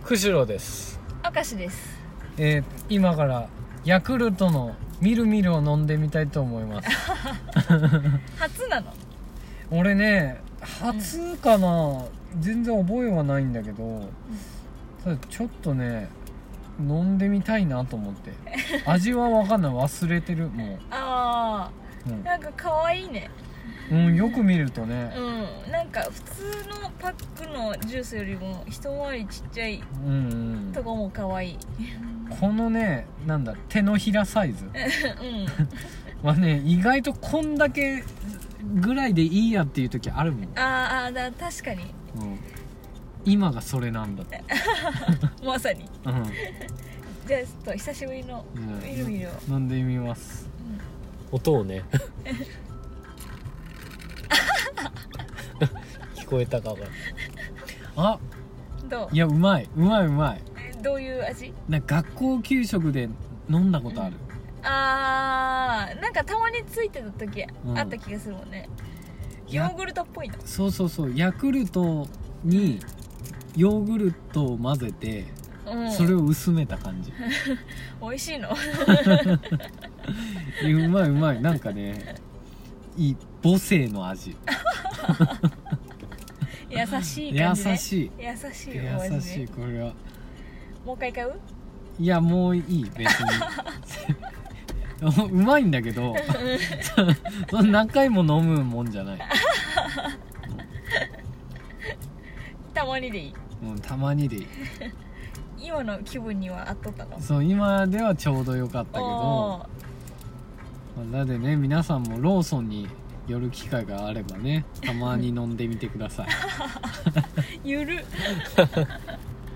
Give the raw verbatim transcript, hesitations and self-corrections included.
釧路です。 明石です。 えー、今からヤクルトのみるみるを飲んでみたいと思います初なの？ 俺ね初かな、うん、全然覚えはないんだけど、うん、ただちょっとね飲んでみたいなと思って味は分かんない、忘れてるもう。 ああ、うん、なんか可愛いね。 うん、よく見るとね、 うん、なんか普通のパックのジュースよりも一回りちっちゃいとこも可愛い、 うんうん、このねなんだ手のひらサイズうんはね意外とこんだけぐらいでいいやっていう時あるもん。 ああ、だ確かに、 うん、今がそれなんだってまさに、 うん、 じゃあちょっと久しぶりのみるみるを飲んでみます、 うん、音をね聞こえたかがあ、 どう？ いやうまいうまいうまい。 どういう味？ なんか学校給食で飲んだことある、 うん、あーなんかたまについてた時あった気がするもんね、うん、ヨーグルトっぽいの。 そうそうそう、ヤクルトにヨーグルトを混ぜて、うん、それを薄めた感じ美味しいのうまいうまい、なんかねいい母性の味優しい感じ、ね、 優しい優しいよ、 優しい。これはもう一回買う？ いやもういい別にうまいんだけど何回も飲むもんじゃないたまにでいい、 うん、たまにでいい今の気分には合っとったの？ そう今ではちょうどよかったけど、なのでね皆さんもローソンに寄る機会があればねたまに飲んでみてくださいゆる